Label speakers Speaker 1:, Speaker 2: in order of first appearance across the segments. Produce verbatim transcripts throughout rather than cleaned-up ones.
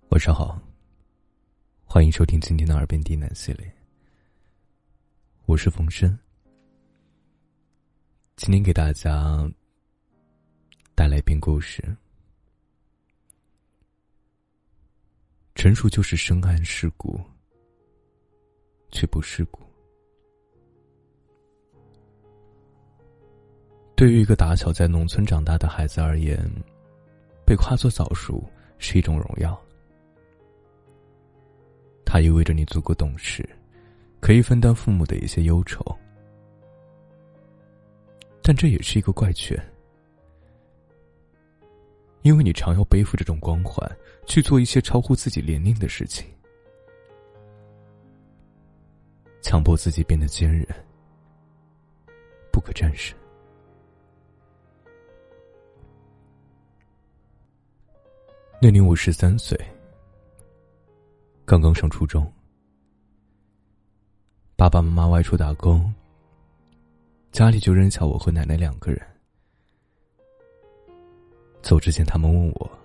Speaker 1: 晚上好，欢迎收听今天的耳边低喃系列，我是冯生。今天给大家带来一篇故事。成熟就是深谙世故，却不世故。对于一个打小在农村长大的孩子而言，被夸作早熟是一种荣耀。它意味着你足够懂事，可以分担父母的一些忧愁。但这也是一个怪圈，因为你常要背负这种光环，去做一些超乎自己年龄的事情，强迫自己变得坚韧，不可战胜。那年我十三岁，刚刚上初中，爸爸妈妈外出打工，家里就扔下我和奶奶两个人。走之前他们问我，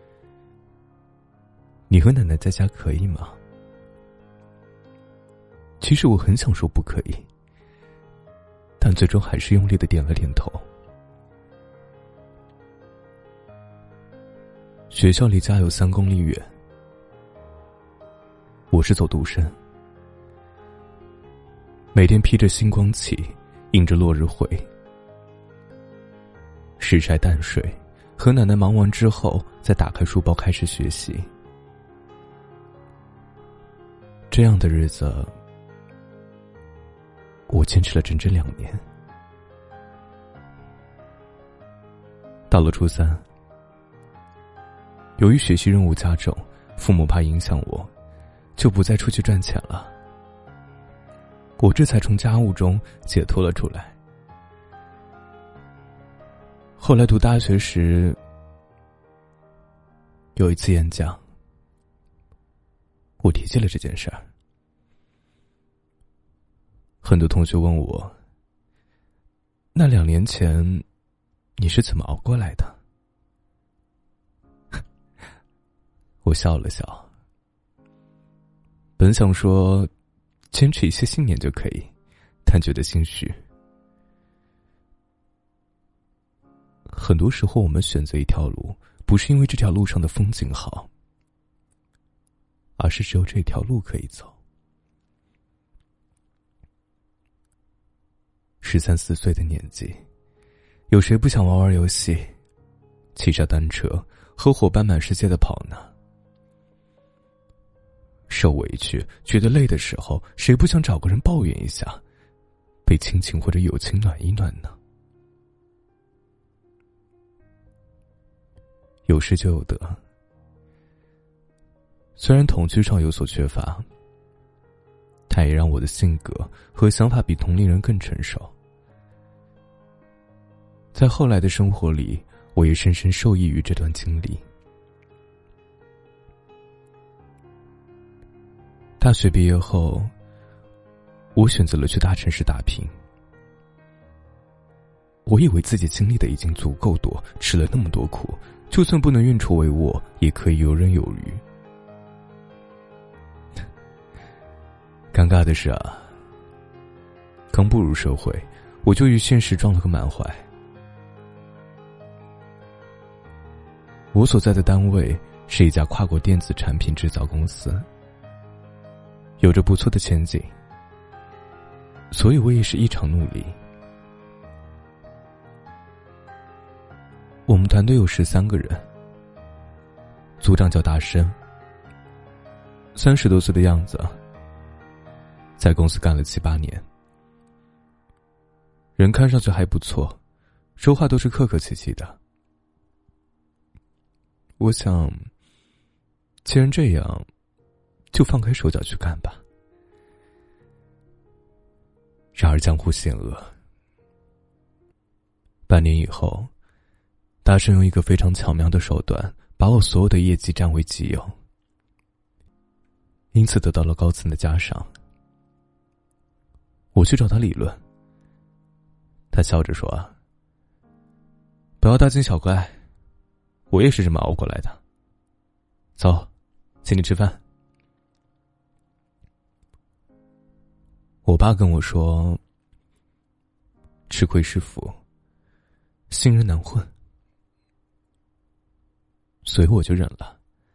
Speaker 1: 你和奶奶在家可以吗？其实我很想说不可以，但最终还是用力的点了点头。学校离家有三公里远，我是走读生，每天披着星光旗，迎着落日晖，拾柴淡水，和奶奶忙完之后再打开书包开始学习。这样的日子我坚持了整整两年。到了初三，由于学习任务加重，父母怕影响我，就不再出去赚钱了。我这才从家务中解脱了出来。后来读大学时，有一次演讲，我提起了这件事儿。很多同学问我，那两年前你是怎么熬过来的？我笑了笑，本想说坚持一些信念就可以，但觉得心虚。很多时候我们选择一条路，不是因为这条路上的风景好，而是只有这条路可以走。十三四岁的年纪，有谁不想玩玩游戏，骑着单车和伙伴满世界的跑呢？受委屈觉得累的时候，谁不想找个人抱怨一下，被亲情或者友情暖一暖呢？有失就有得，虽然统计上有所缺乏，它也让我的性格和想法比同龄人更成熟。在后来的生活里，我也深深受益于这段经历。大学毕业后，我选择了去大城市打拼。我以为自己经历的已经足够多，吃了那么多苦，就算不能运筹帷幄，也可以游刃有余。尴尬的是啊，刚步入社会，我就与现实撞了个满怀。我所在的单位是一家跨国电子产品制造公司，有着不错的前景，所以我也是异常努力。我们团队有十三个人，组长叫大生，三十多岁的样子，在公司干了七八年，人看上去还不错，说话都是客客气气的。我想，既然这样，就放开手脚去干吧。然而江湖险恶，半年以后，大圣用一个非常巧妙的手段，把我所有的业绩占为己有，因此得到了高层的嘉赏。我去找他理论，他笑着说：“不要大惊小怪，我也是这么熬过来的。走， 请你吃饭。我爸跟我说，吃亏是福，新人难混，所以我就忍了。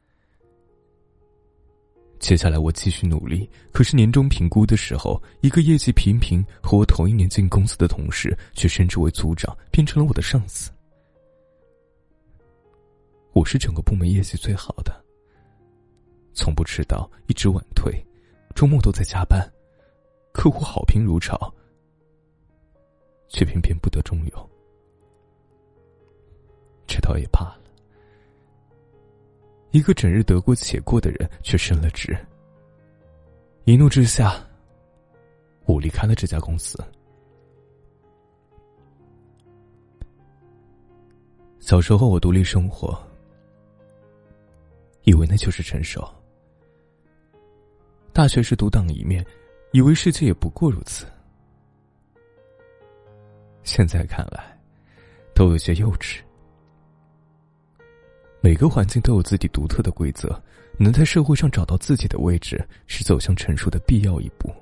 Speaker 1: 接下来我继续努力，可是年终评估的时候，一个业绩平平和我同一年进公司的同事却升职为组长，变成了我的上司。我是整个部门业绩最好的，从不迟到，一直晚退，周末都在加班，客户好评如潮，却偏偏不得中用。这倒也罢了，一个整日得过且过的人却升了职。一怒之下，我离开了这家公司。小时候我独立生活，以为那就是成熟。大学时独当一面，以为世界也不过如此。现在看来，都有些幼稚。每个环境都有自己独特的规则，能在社会上找到自己的位置，是走向成熟的必要一步。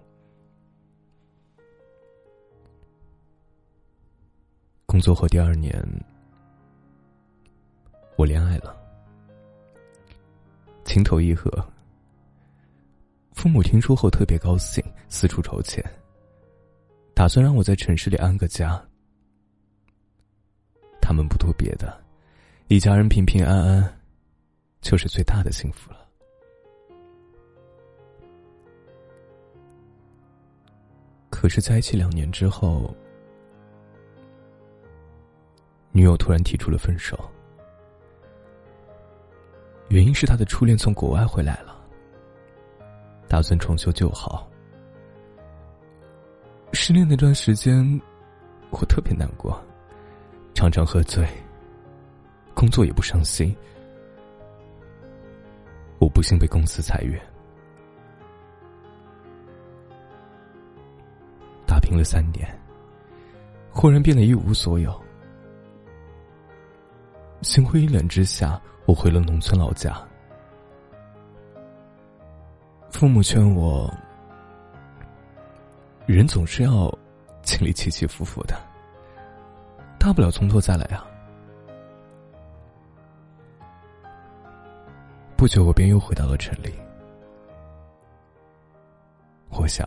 Speaker 1: 工作后第二年，我恋爱了，情投意合。父母听说后特别高兴，四处筹钱，打算让我在城市里安个家。他们不图别的，一家人平平安安，就是最大的幸福了。可是在一起两年之后，女友突然提出了分手，原因是她的初恋从国外回来了，打算重修旧好。失恋那段时间，我特别难过，常常喝醉，工作也不上心。我不幸被公司裁员，打拼了三年，忽然变得一无所有。心灰意冷之下，我回了农村老家。父母劝我，人总是要经历起起伏伏的，大不了从头再来啊。不久我便又回到了城里。我想，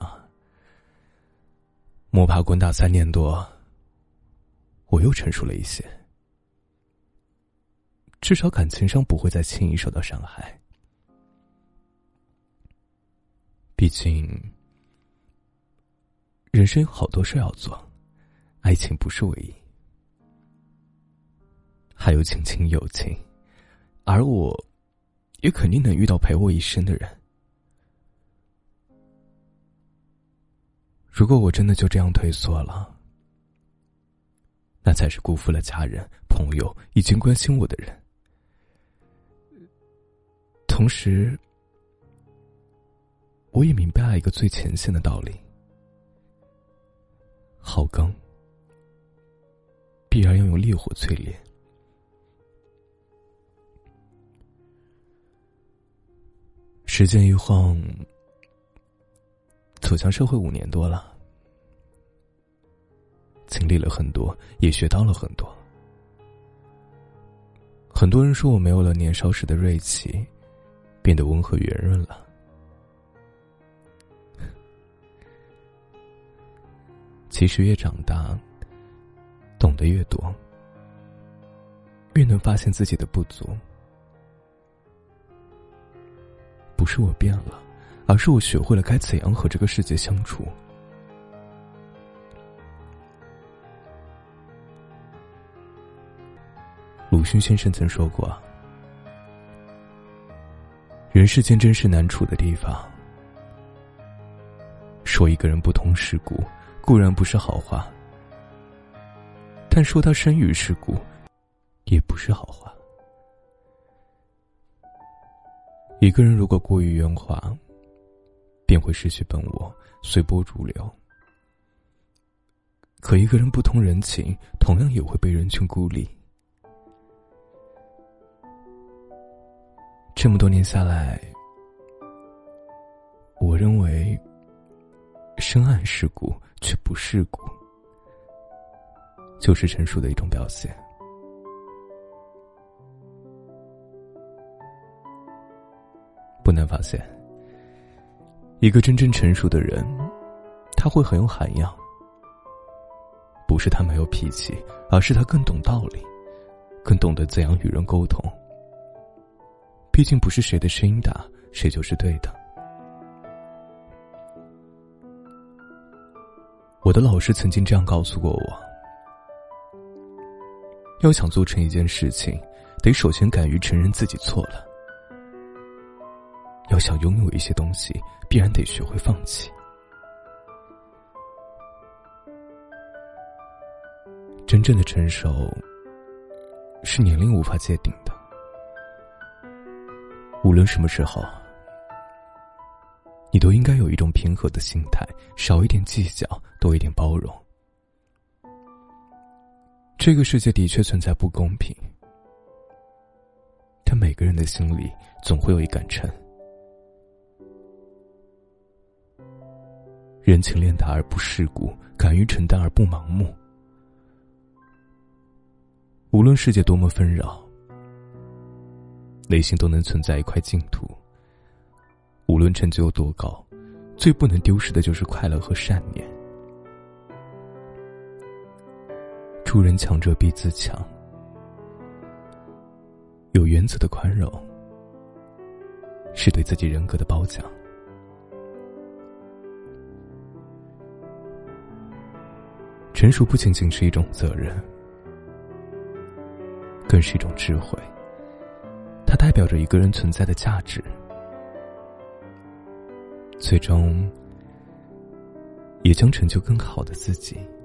Speaker 1: 摸爬滚打三年多，我又成熟了一些，至少感情上不会再轻易受到伤害。毕竟人生有好多事要做，爱情不是唯一，还有亲情友情，而我也肯定能遇到陪我一生的人。如果我真的就这样退缩了，那才是辜负了家人、朋友已经关心我的人。同时，我也明白了一个最浅显的道理：好钢必然要用烈火淬炼。时间一晃，走向社会五年多了，经历了很多，也学到了很多。很多人说我没有了年少时的锐气，变得温和圆润了。其实越长大，懂得越多，越能发现自己的不足。不是我变了，而是我学会了该怎样和这个世界相处。鲁迅先生曾说过，人世间真是难处的地方。说一个人不通世故，固然不是好话，但说他生于世故，也不是好话。一个人如果过于圆滑，便会失去本我，随波逐流。可一个人不通人情，同样也会被人群孤立。这么多年下来， 深谙世故却不世故，就是成熟的一种表现。不难发现，一个真正成熟的人，他会很有涵养。不是他没有脾气，而是他更懂道理，更懂得怎样与人沟通。毕竟不是谁的声音大，谁就是对的。我的老师曾经这样告诉过我，要想做成一件事情，得首先敢于承认自己错了。要想拥有一些东西，必然得学会放弃。真正的成熟，是年龄无法界定的。无论什么时候，你都应该有一种平和的心态，少一点计较，多一点包容。这个世界的确存在不公平，但每个人的心里总会有一杆秤。人情练达而不世故，敢于承担而不盲目。无论世界多么纷扰，内心都能存在一块净土。无论成就有多高，最不能丢失的就是快乐和善念。助人强者必自强，有原则的宽容，是对自己人格的褒奖。成熟不仅仅是一种责任，更是一种智慧，它代表着一个人存在的价值，最终也将成就更好的自己。